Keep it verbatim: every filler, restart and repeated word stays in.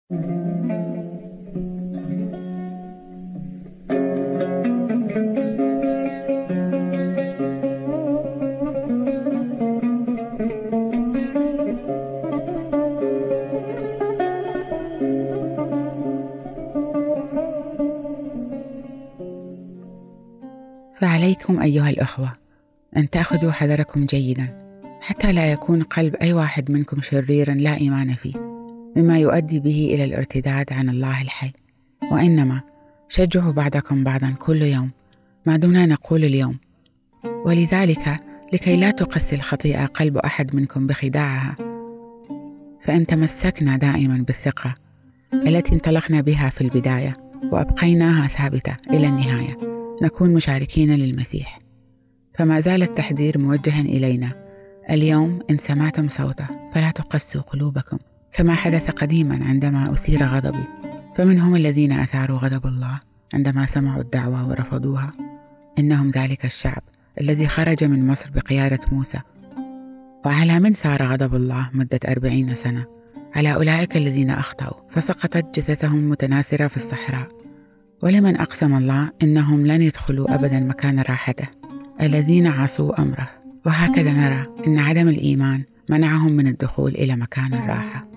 فعليكم أيها الأخوة أن تأخذوا حذركم جيدا، حتى لا يكون قلب أي واحد منكم شريرا لا إيمان فيه، مما يؤدي به إلى الارتداد عن الله الحي. وإنما شجعوا بعضكم بعضا كل يوم، ما دمنا نقول اليوم. ولذلك لكي لا تقسي الخطيئة قلب أحد منكم بخداعها، فإن تمسكنا دائما بالثقة التي انطلقنا بها في البداية وأبقيناها ثابتة إلى النهاية، نكون مشاركين للمسيح. فما زال التحذير موجها إلينا اليوم: إن سمعتم صوته فلا تقسوا قلوبكم، كما حدث قديما عندما أثير غضبي. فمنهم الذين أثاروا غضب الله عندما سمعوا الدعوة ورفضوها، إنهم ذلك الشعب الذي خرج من مصر بقيادة موسى. وعلى من ثار غضب الله مدة أربعين سنة؟ على أولئك الذين أخطأوا فسقطت جثثهم متناثرة في الصحراء. ولمن أقسم الله إنهم لن يدخلوا أبدا مكان راحته؟ الذين عصوا أمره. وهكذا نرى إن عدم الإيمان منعهم من الدخول إلى مكان الراحة.